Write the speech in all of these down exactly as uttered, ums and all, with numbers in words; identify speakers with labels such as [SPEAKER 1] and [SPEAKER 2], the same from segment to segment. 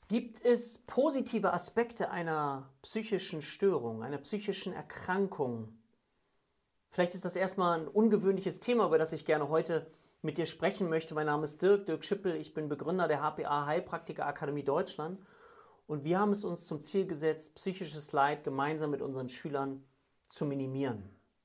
[SPEAKER 1] Gibt es positive Aspekte einer psychischen Störung, einer psychischen Erkrankung? Vielleicht ist das erstmal ein ungewöhnliches Thema, über das ich gerne heute mit dir sprechen möchte. Mein Name ist Dirk, Dirk Schippel, ich bin Begründer der H P A Heilpraktiker Akademie Deutschland und wir haben es uns zum Ziel gesetzt, psychisches Leid gemeinsam mit unseren Schülern zu minimieren.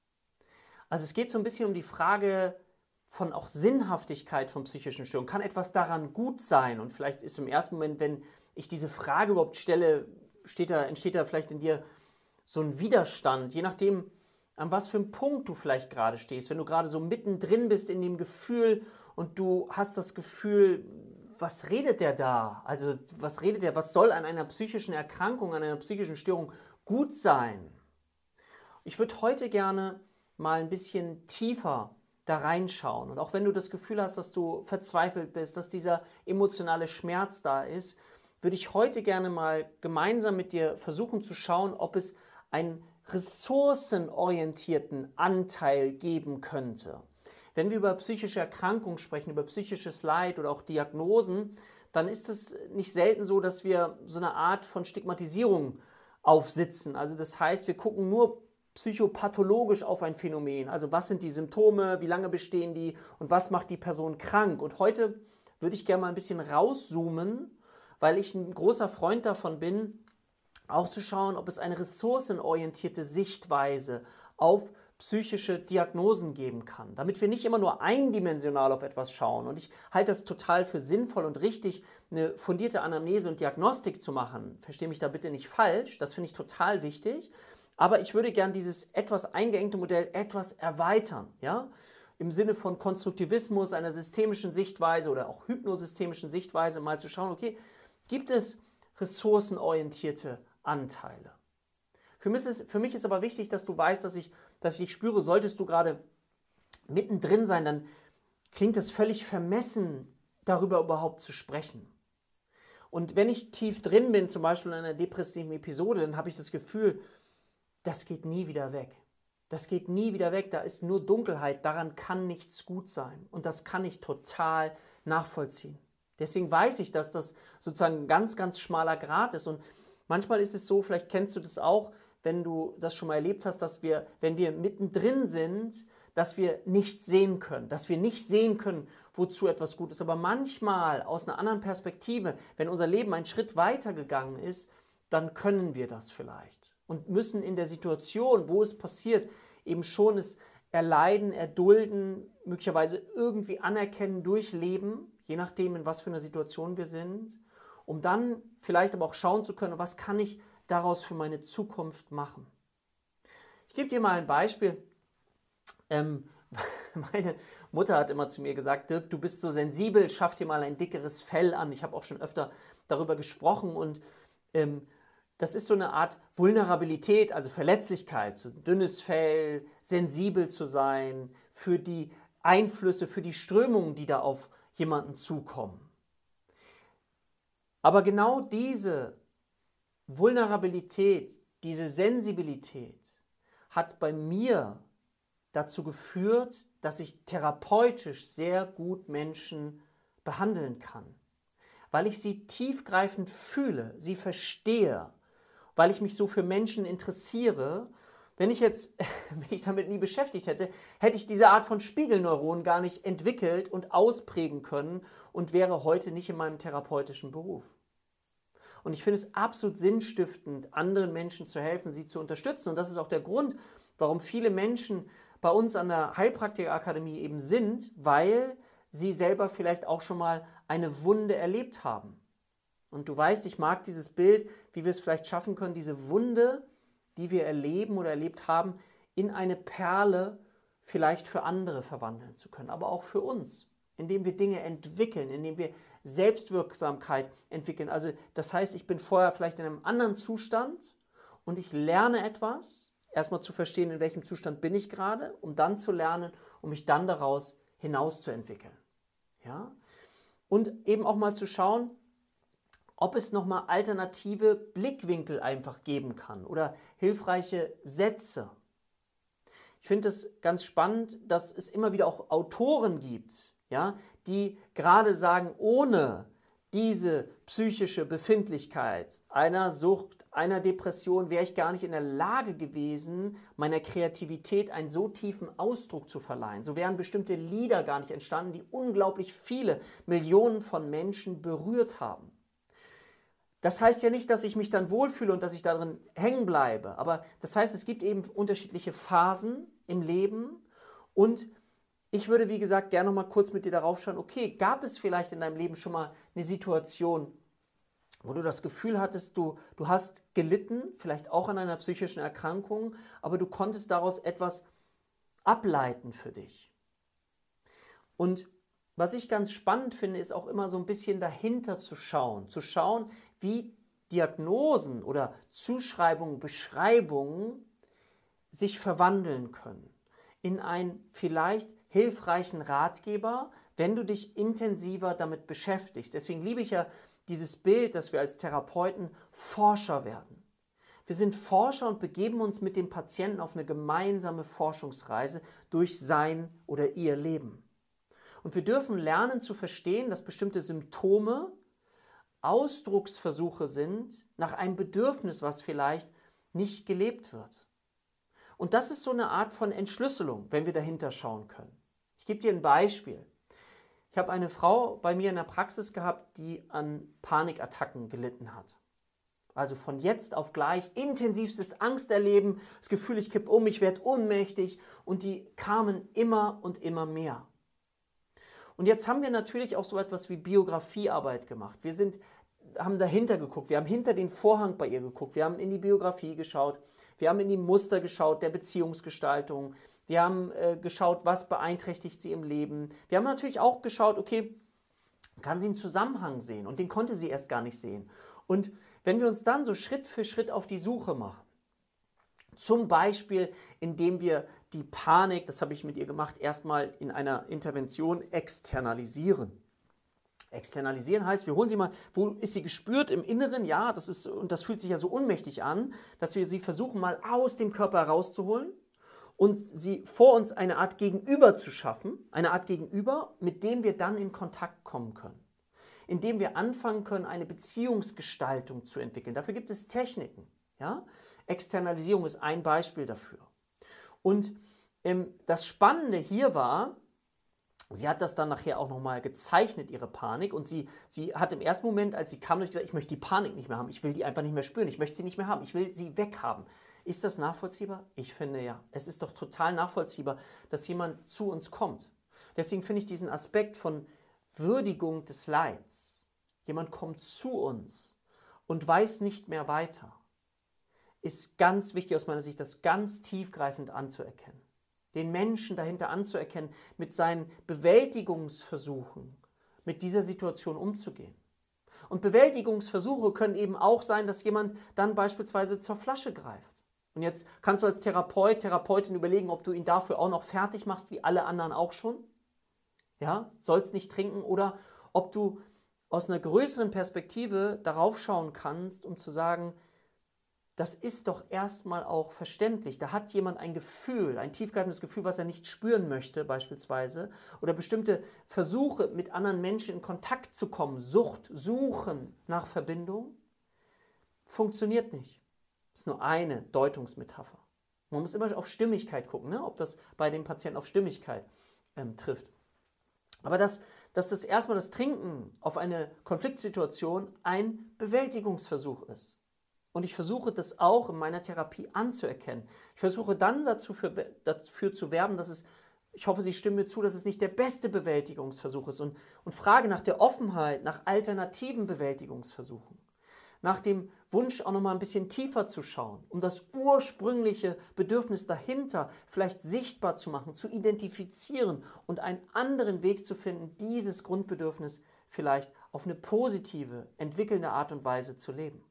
[SPEAKER 1] Also es geht so ein bisschen um die Frage von auch Sinnhaftigkeit von psychischen Störungen. Kann etwas daran gut sein? Und vielleicht ist im ersten Moment, wenn ich diese Frage überhaupt stelle, steht da, entsteht da vielleicht in dir so ein Widerstand, je nachdem, an was für einem Punkt du vielleicht gerade stehst. Wenn du gerade so mittendrin bist in dem Gefühl und du hast das Gefühl, was redet der da? Also was redet der? Was soll an einer psychischen Erkrankung, an einer psychischen Störung gut sein? Ich würde heute gerne mal ein bisschen tiefer da reinschauen. Und auch wenn du das Gefühl hast, dass du verzweifelt bist, dass dieser emotionale Schmerz da ist, würde ich heute gerne mal gemeinsam mit dir versuchen zu schauen, ob es einen ressourcenorientierten Anteil geben könnte. Wenn wir über psychische Erkrankungen sprechen, über psychisches Leid oder auch Diagnosen, dann ist es nicht selten so, dass wir so eine Art von Stigmatisierung aufsitzen. Also das heißt, wir gucken nur psychopathologisch auf ein Phänomen. Also was sind die Symptome, wie lange bestehen die und was macht die Person krank? Und heute würde ich gerne mal ein bisschen rauszoomen, weil ich ein großer Freund davon bin, auch zu schauen, ob es eine ressourcenorientierte Sichtweise auf psychische Diagnosen geben kann, damit wir nicht immer nur eindimensional auf etwas schauen. Und ich halte das total für sinnvoll und richtig, eine fundierte Anamnese und Diagnostik zu machen. Verstehe mich da bitte nicht falsch, das finde ich total wichtig. Aber ich würde gern dieses etwas eingeengte Modell etwas erweitern, ja? Im Sinne von Konstruktivismus, einer systemischen Sichtweise oder auch hypnosystemischen Sichtweise mal zu schauen, okay, gibt es ressourcenorientierte Anteile? Für mich, ist, für mich ist aber wichtig, dass du weißt, dass ich, dass ich spüre, solltest du gerade mittendrin sein, dann klingt es völlig vermessen, darüber überhaupt zu sprechen. Und wenn ich tief drin bin, zum Beispiel in einer depressiven Episode, dann habe ich das Gefühl, das geht nie wieder weg. Das geht nie wieder weg, da ist nur Dunkelheit, daran kann nichts gut sein. Und das kann ich total nachvollziehen. Deswegen weiß ich, dass das sozusagen ein ganz, ganz schmaler Grat ist. Und manchmal ist es so, vielleicht kennst du das auch, wenn du das schon mal erlebt hast, dass wir, wenn wir mittendrin sind, dass wir nicht sehen können, dass wir nicht sehen können, wozu etwas gut ist. Aber manchmal aus einer anderen Perspektive, wenn unser Leben einen Schritt weiter gegangen ist, dann können wir das vielleicht. Und müssen in der Situation, wo es passiert, eben schon es erleiden, erdulden, möglicherweise irgendwie anerkennen, durchleben, je nachdem, in was für einer Situation wir sind, um dann vielleicht aber auch schauen zu können, was kann ich daraus für meine Zukunft machen. Ich gebe dir mal ein Beispiel. Ähm, meine Mutter hat immer zu mir gesagt, Dirk, du bist so sensibel, schaff dir mal ein dickeres Fell an. Ich habe auch schon öfter darüber gesprochen und ähm, das ist so eine Art Vulnerabilität, also Verletzlichkeit, so ein dünnes Fell, sensibel zu sein für die Einflüsse, für die Strömungen, die da auf jemanden zukommen. Aber genau diese Vulnerabilität, diese Sensibilität hat bei mir dazu geführt, dass ich therapeutisch sehr gut Menschen behandeln kann, weil ich sie tiefgreifend fühle, sie verstehe, weil ich mich so für Menschen interessiere. Wenn ich jetzt mich damit nie beschäftigt hätte, hätte ich diese Art von Spiegelneuronen gar nicht entwickelt und ausprägen können und wäre heute nicht in meinem therapeutischen Beruf. Und ich finde es absolut sinnstiftend, anderen Menschen zu helfen, sie zu unterstützen. Und das ist auch der Grund, warum viele Menschen bei uns an der Heilpraktiker-Akademie eben sind, weil sie selber vielleicht auch schon mal eine Wunde erlebt haben. Und du weißt, ich mag dieses Bild, wie wir es vielleicht schaffen können, diese Wunde, die wir erleben oder erlebt haben, in eine Perle vielleicht für andere verwandeln zu können, aber auch für uns, indem wir Dinge entwickeln, indem wir Selbstwirksamkeit entwickeln. Also das heißt, ich bin vorher vielleicht in einem anderen Zustand und ich lerne etwas, erstmal zu verstehen, in welchem Zustand bin ich gerade, um dann zu lernen, um mich dann daraus hinauszuentwickeln. Ja? Und eben auch mal zu schauen, ob es nochmal alternative Blickwinkel einfach geben kann oder hilfreiche Sätze. Ich finde es ganz spannend, dass es immer wieder auch Autoren gibt, ja, die gerade sagen, ohne diese psychische Befindlichkeit einer Sucht, einer Depression, wäre ich gar nicht in der Lage gewesen, meiner Kreativität einen so tiefen Ausdruck zu verleihen. So wären bestimmte Lieder gar nicht entstanden, die unglaublich viele Millionen von Menschen berührt haben. Das heißt ja nicht, dass ich mich dann wohlfühle und dass ich darin hängen bleibe, aber das heißt, es gibt eben unterschiedliche Phasen im Leben und ich würde, wie gesagt, gerne noch mal kurz mit dir darauf schauen, okay, gab es vielleicht in deinem Leben schon mal eine Situation, wo du das Gefühl hattest, du, du hast gelitten, vielleicht auch an einer psychischen Erkrankung, aber du konntest daraus etwas ableiten für dich. Und was ich ganz spannend finde, ist auch immer so ein bisschen dahinter zu schauen, zu schauen, wie Diagnosen oder Zuschreibungen, Beschreibungen sich verwandeln können in einen vielleicht hilfreichen Ratgeber, wenn du dich intensiver damit beschäftigst. Deswegen liebe ich ja dieses Bild, dass wir als Therapeuten Forscher werden. Wir sind Forscher und begeben uns mit dem Patienten auf eine gemeinsame Forschungsreise durch sein oder ihr Leben. Und wir dürfen lernen zu verstehen, dass bestimmte Symptome Ausdrucksversuche sind nach einem Bedürfnis, was vielleicht nicht gelebt wird. Und das ist so eine Art von Entschlüsselung, wenn wir dahinter schauen können. Ich gebe dir ein Beispiel. Ich habe eine Frau bei mir in der Praxis gehabt, die an Panikattacken gelitten hat. Also von jetzt auf gleich intensivstes Angsterleben, das Gefühl, ich kippe um, ich werde ohnmächtig und die kamen immer und immer mehr. Und jetzt haben wir natürlich auch so etwas wie Biografiearbeit gemacht. Wir sind, haben dahinter geguckt, wir haben hinter den Vorhang bei ihr geguckt, wir haben in die Biografie geschaut, wir haben in die Muster geschaut der Beziehungsgestaltung, wir haben äh, geschaut, was beeinträchtigt sie im Leben. Wir haben natürlich auch geschaut, okay, kann sie einen Zusammenhang sehen? Und den konnte sie erst gar nicht sehen. Und wenn wir uns dann so Schritt für Schritt auf die Suche machen, zum Beispiel, indem wir die Panik, das habe ich mit ihr gemacht, erstmal in einer Intervention externalisieren. Externalisieren heißt, wir holen sie mal, wo ist sie gespürt im Inneren? Ja, das ist, und das fühlt sich ja so ohnmächtig an, dass wir sie versuchen, mal aus dem Körper herauszuholen und sie vor uns eine Art Gegenüber zu schaffen, eine Art Gegenüber, mit dem wir dann in Kontakt kommen können. Indem wir anfangen können, eine Beziehungsgestaltung zu entwickeln. Dafür gibt es Techniken. Ja? Externalisierung ist ein Beispiel dafür. Und ähm, das Spannende hier war, sie hat das dann nachher auch nochmal gezeichnet, ihre Panik. Und sie, sie hat im ersten Moment, als sie kam, gesagt, ich möchte die Panik nicht mehr haben. Ich will die einfach nicht mehr spüren. Ich möchte sie nicht mehr haben. Ich will sie weghaben. Ist das nachvollziehbar? Ich finde ja. Es ist doch total nachvollziehbar, dass jemand zu uns kommt. Deswegen finde ich diesen Aspekt von Würdigung des Leids. Jemand kommt zu uns und weiß nicht mehr weiter. Ist ganz wichtig aus meiner Sicht, das ganz tiefgreifend anzuerkennen. Den Menschen dahinter anzuerkennen, mit seinen Bewältigungsversuchen, mit dieser Situation umzugehen. Und Bewältigungsversuche können eben auch sein, dass jemand dann beispielsweise zur Flasche greift. Und jetzt kannst du als Therapeut, Therapeutin überlegen, ob du ihn dafür auch noch fertig machst, wie alle anderen auch schon. Ja, sollst nicht trinken, oder ob du aus einer größeren Perspektive darauf schauen kannst, um zu sagen, das ist doch erstmal auch verständlich. Da hat jemand ein Gefühl, ein tiefgreifendes Gefühl, was er nicht spüren möchte beispielsweise, oder bestimmte Versuche, mit anderen Menschen in Kontakt zu kommen, Sucht, Suchen nach Verbindung, funktioniert nicht. Das ist nur eine Deutungsmetapher. Man muss immer auf Stimmigkeit gucken, ne? Ob das bei dem Patienten auf Stimmigkeit ähm, trifft. Aber dass, dass das erstmal das Trinken auf eine Konfliktsituation ein Bewältigungsversuch ist. Und ich versuche das auch in meiner Therapie anzuerkennen. Ich versuche dann dazu für, dafür zu werben, dass es, ich hoffe, Sie stimmen mir zu, dass es nicht der beste Bewältigungsversuch ist. Und, und frage nach der Offenheit, nach alternativen Bewältigungsversuchen. Nach dem Wunsch, auch noch mal ein bisschen tiefer zu schauen, um das ursprüngliche Bedürfnis dahinter vielleicht sichtbar zu machen, zu identifizieren und einen anderen Weg zu finden, dieses Grundbedürfnis vielleicht auf eine positive, entwickelnde Art und Weise zu leben.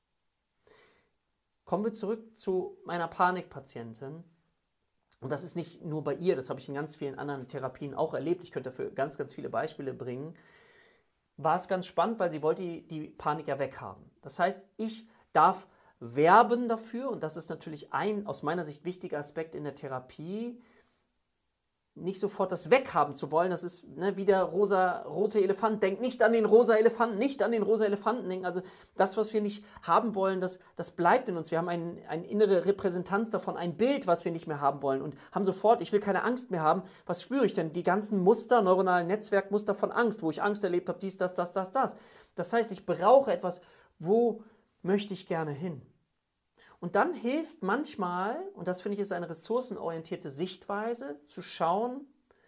[SPEAKER 1] Kommen wir zurück zu meiner Panikpatientin. Und das ist nicht nur bei ihr, das habe ich in ganz vielen anderen Therapien auch erlebt. Ich könnte dafür ganz, ganz viele Beispiele bringen. War es ganz spannend, weil sie wollte die, die Panik ja weghaben. Das heißt, ich darf werben dafür, und das ist natürlich ein aus meiner Sicht wichtiger Aspekt in der Therapie, nicht sofort das weghaben zu wollen. Das ist ne, wie der rosa-rote Elefant. Denk nicht an den rosa Elefanten, nicht an den rosa Elefanten denken. Also das, was wir nicht haben wollen, das, das bleibt in uns. Wir haben ein, eine innere Repräsentanz davon, ein Bild, was wir nicht mehr haben wollen und haben sofort, ich will keine Angst mehr haben. Was spüre ich denn? Die ganzen Muster, neuronalen Netzwerkmuster von Angst, wo ich Angst erlebt habe, dies, das, das, das, das. Das heißt, ich brauche etwas, wo möchte ich gerne hin? Und dann hilft manchmal, und das finde ich ist eine ressourcenorientierte Sichtweise, zu schauen,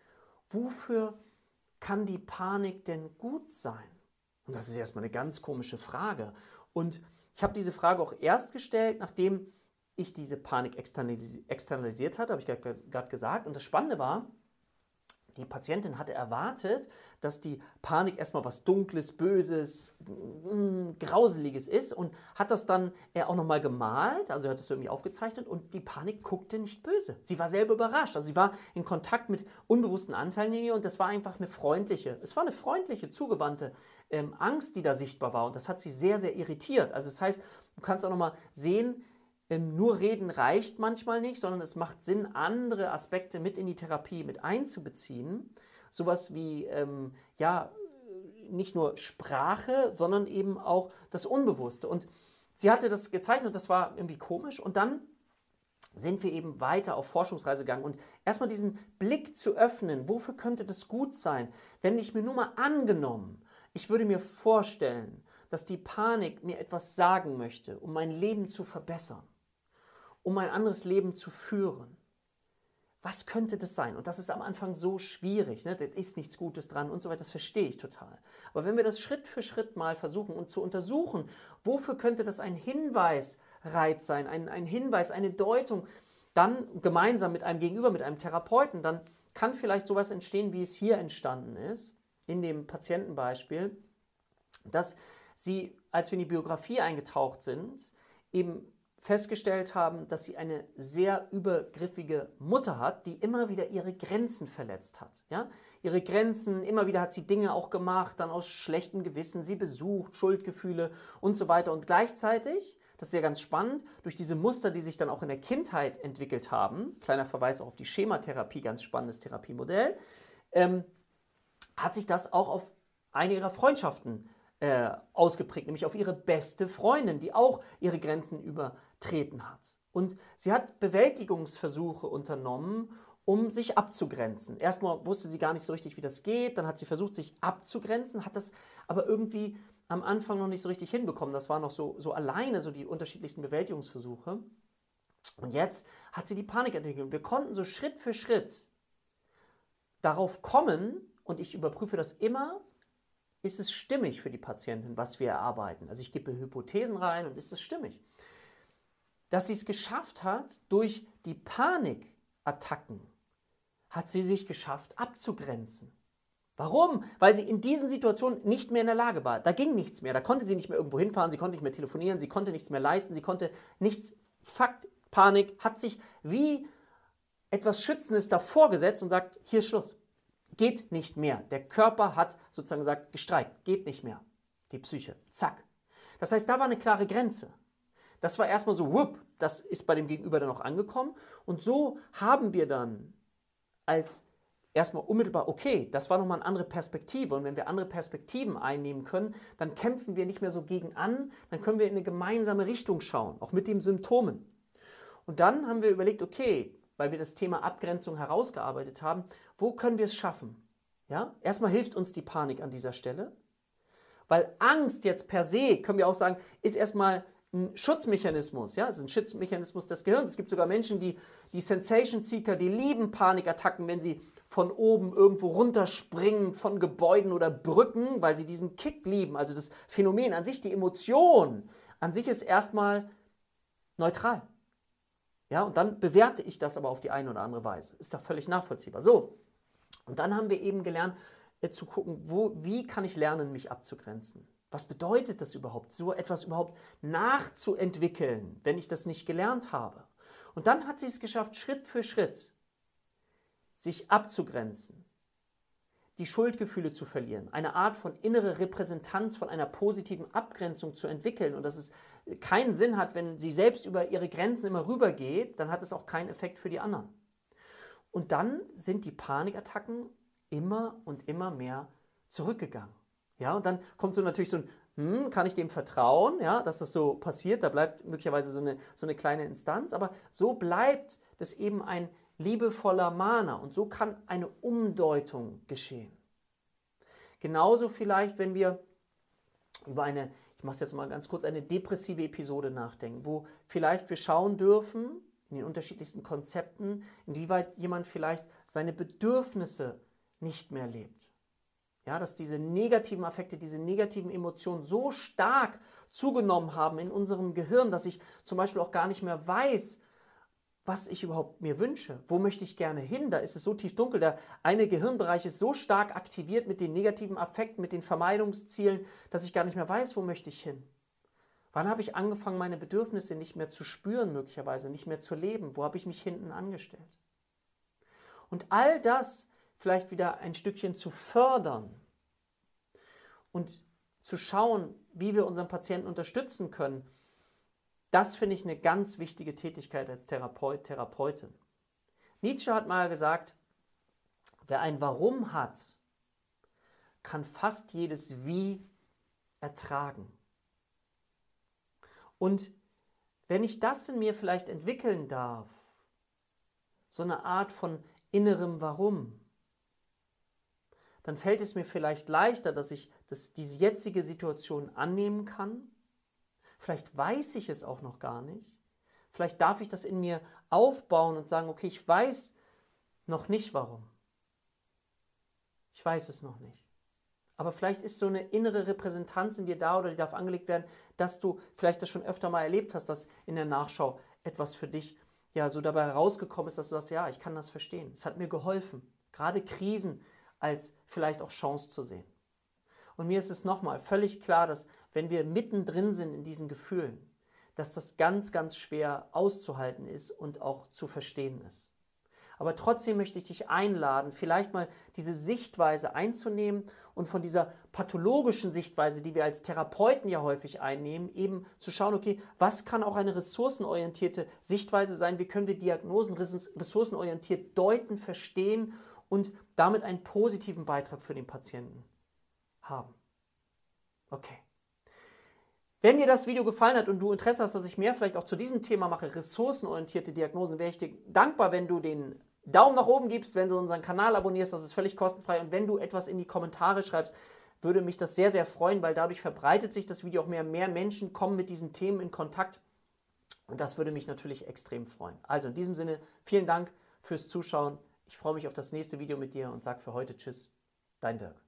[SPEAKER 1] wofür kann die Panik denn gut sein? Und das ist erstmal eine ganz komische Frage. Und ich habe diese Frage auch erst gestellt, nachdem ich diese Panik externalisiert hatte, habe ich gerade gesagt. Und das Spannende war, die Patientin hatte erwartet, dass die Panik erstmal was Dunkles, Böses, Grauseliges ist und hat das dann er auch nochmal gemalt, also er hat das irgendwie aufgezeichnet und die Panik guckte nicht böse. Sie war selber überrascht, also sie war in Kontakt mit unbewussten Anteilen in ihr und das war einfach eine freundliche, es war eine freundliche, zugewandte ähm, Angst, die da sichtbar war und das hat sie sehr, sehr irritiert. Also das heißt, du kannst auch nochmal sehen, Ähm, nur reden reicht manchmal nicht, sondern es macht Sinn, andere Aspekte mit in die Therapie mit einzubeziehen. Sowas wie, ähm, ja, nicht nur Sprache, sondern eben auch das Unbewusste. Und sie hatte das gezeichnet, das war irgendwie komisch. Und dann sind wir eben weiter auf Forschungsreise gegangen und erstmal diesen Blick zu öffnen, wofür könnte das gut sein, wenn ich mir nur mal angenommen, ich würde mir vorstellen, dass die Panik mir etwas sagen möchte, um mein Leben zu verbessern, um ein anderes Leben zu führen. Was könnte das sein? Und das ist am Anfang so schwierig, ne? Da ist nichts Gutes dran und so weiter, das verstehe ich total. Aber wenn wir das Schritt für Schritt mal versuchen und zu untersuchen, wofür könnte das ein Hinweisreiz sein, ein, ein Hinweis, eine Deutung, dann gemeinsam mit einem Gegenüber, mit einem Therapeuten, dann kann vielleicht sowas entstehen, wie es hier entstanden ist, in dem Patientenbeispiel, dass sie, als wir in die Biografie eingetaucht sind, eben festgestellt haben, dass sie eine sehr übergriffige Mutter hat, die immer wieder ihre Grenzen verletzt hat. Ja? Ihre Grenzen, immer wieder hat sie Dinge auch gemacht, dann aus schlechtem Gewissen, sie besucht, Schuldgefühle und so weiter. Und gleichzeitig, das ist ja ganz spannend, durch diese Muster, die sich dann auch in der Kindheit entwickelt haben, kleiner Verweis auch auf die Schematherapie, ganz spannendes Therapiemodell, ähm, hat sich das auch auf eine ihrer Freundschaften Äh, ausgeprägt, nämlich auf ihre beste Freundin, die auch ihre Grenzen übertreten hat. Und sie hat Bewältigungsversuche unternommen, um sich abzugrenzen. Erstmal wusste sie gar nicht so richtig, wie das geht, dann hat sie versucht, sich abzugrenzen, hat das aber irgendwie am Anfang noch nicht so richtig hinbekommen. Das waren noch so, so alleine so die unterschiedlichsten Bewältigungsversuche. Und jetzt hat sie die Panik entwickelt. Und wir konnten so Schritt für Schritt darauf kommen, und ich überprüfe das immer, ist es stimmig für die Patientin, was wir erarbeiten? Also ich gebe Hypothesen rein und ist es stimmig? Dass sie es geschafft hat, durch die Panikattacken, hat sie sich geschafft, abzugrenzen. Warum? Weil sie in diesen Situationen nicht mehr in der Lage war. Da ging nichts mehr. Da konnte sie nicht mehr irgendwo hinfahren, sie konnte nicht mehr telefonieren, sie konnte nichts mehr leisten, sie konnte nichts. Fakt, Panik hat sich wie etwas Schützendes davor gesetzt und sagt, hier ist Schluss. Geht nicht mehr. Der Körper hat sozusagen gesagt, gestreikt, geht nicht mehr. Die Psyche, zack. Das heißt, da war eine klare Grenze. Das war erstmal so, whoop, das ist bei dem Gegenüber dann auch angekommen. Und so haben wir dann als erstmal unmittelbar, okay, das war nochmal eine andere Perspektive. Und wenn wir andere Perspektiven einnehmen können, dann kämpfen wir nicht mehr so gegen an, dann können wir in eine gemeinsame Richtung schauen, auch mit den Symptomen. Und dann haben wir überlegt, okay, weil wir das Thema Abgrenzung herausgearbeitet haben, wo können wir es schaffen? Ja? Erstmal hilft uns die Panik an dieser Stelle, weil Angst jetzt per se, können wir auch sagen, ist erstmal ein Schutzmechanismus. Ja? Es ist ein Schutzmechanismus des Gehirns. Es gibt sogar Menschen, die, die Sensation Seeker, die lieben Panikattacken, wenn sie von oben irgendwo runterspringen, von Gebäuden oder Brücken, weil sie diesen Kick lieben. Also das Phänomen an sich, die Emotion an sich ist erstmal neutral. Ja, und dann bewerte ich das aber auf die eine oder andere Weise. Ist doch völlig nachvollziehbar. So, und dann haben wir eben gelernt, äh, zu gucken, wo, wie kann ich lernen, mich abzugrenzen? Was bedeutet das überhaupt, so etwas überhaupt nachzuentwickeln, wenn ich das nicht gelernt habe? Und dann hat sie es geschafft, Schritt für Schritt sich abzugrenzen, die Schuldgefühle zu verlieren, eine Art von innere Repräsentanz von einer positiven Abgrenzung zu entwickeln und dass es keinen Sinn hat, wenn sie selbst über ihre Grenzen immer rübergeht, dann hat es auch keinen Effekt für die anderen. Und dann sind die Panikattacken immer und immer mehr zurückgegangen. Ja, und dann kommt so natürlich so ein, hm, kann ich dem vertrauen, ja, dass das so passiert? Da bleibt möglicherweise so eine, so eine kleine Instanz, aber so bleibt das eben ein liebevoller Mahner und so kann eine Umdeutung geschehen. Genauso vielleicht, wenn wir über eine, ich mache es jetzt mal ganz kurz, eine depressive Episode nachdenken, wo vielleicht wir schauen dürfen, in den unterschiedlichsten Konzepten, inwieweit jemand vielleicht seine Bedürfnisse nicht mehr lebt. Ja, dass diese negativen Affekte, diese negativen Emotionen so stark zugenommen haben in unserem Gehirn, dass ich zum Beispiel auch gar nicht mehr weiß, was ich überhaupt mir wünsche. Wo möchte ich gerne hin? Da ist es so tief dunkel. Der eine Gehirnbereich ist so stark aktiviert mit den negativen Affekten, mit den Vermeidungszielen, dass ich gar nicht mehr weiß, wo möchte ich hin. Wann habe ich angefangen, meine Bedürfnisse nicht mehr zu spüren, möglicherweise, nicht mehr zu leben? Wo habe ich mich hinten angestellt? Und all das vielleicht wieder ein Stückchen zu fördern und zu schauen, wie wir unseren Patienten unterstützen können, das finde ich eine ganz wichtige Tätigkeit als Therapeut, Therapeutin. Nietzsche hat mal gesagt, wer ein Warum hat, kann fast jedes Wie ertragen. Und wenn ich das in mir vielleicht entwickeln darf, so eine Art von innerem Warum, dann fällt es mir vielleicht leichter, dass ich das, diese jetzige Situation annehmen kann. Vielleicht weiß ich es auch noch gar nicht. Vielleicht darf ich das in mir aufbauen und sagen, okay, ich weiß noch nicht warum. Ich weiß es noch nicht. Aber vielleicht ist so eine innere Repräsentanz in dir da oder die darf angelegt werden, dass du vielleicht das schon öfter mal erlebt hast, dass in der Nachschau etwas für dich ja so dabei herausgekommen ist, dass du sagst, ja, ich kann das verstehen. Es hat mir geholfen, gerade Krisen als vielleicht auch Chance zu sehen. Und mir ist es nochmal völlig klar, dass wenn wir mittendrin sind in diesen Gefühlen, dass das ganz, ganz schwer auszuhalten ist und auch zu verstehen ist. Aber trotzdem möchte ich dich einladen, vielleicht mal diese Sichtweise einzunehmen und von dieser pathologischen Sichtweise, die wir als Therapeuten ja häufig einnehmen, eben zu schauen, okay, was kann auch eine ressourcenorientierte Sichtweise sein? Wie können wir Diagnosen ressourcenorientiert deuten, verstehen und damit einen positiven Beitrag für den Patienten haben? Okay. Wenn dir das Video gefallen hat und du Interesse hast, dass ich mehr vielleicht auch zu diesem Thema mache, ressourcenorientierte Diagnosen, wäre ich dir dankbar, wenn du den Daumen nach oben gibst, wenn du unseren Kanal abonnierst, das ist völlig kostenfrei, und wenn du etwas in die Kommentare schreibst, würde mich das sehr, sehr freuen, weil dadurch verbreitet sich das Video auch mehr, mehr Menschen kommen mit diesen Themen in Kontakt und das würde mich natürlich extrem freuen. Also in diesem Sinne, vielen Dank fürs Zuschauen, ich freue mich auf das nächste Video mit dir und sage für heute Tschüss, dein Dirk.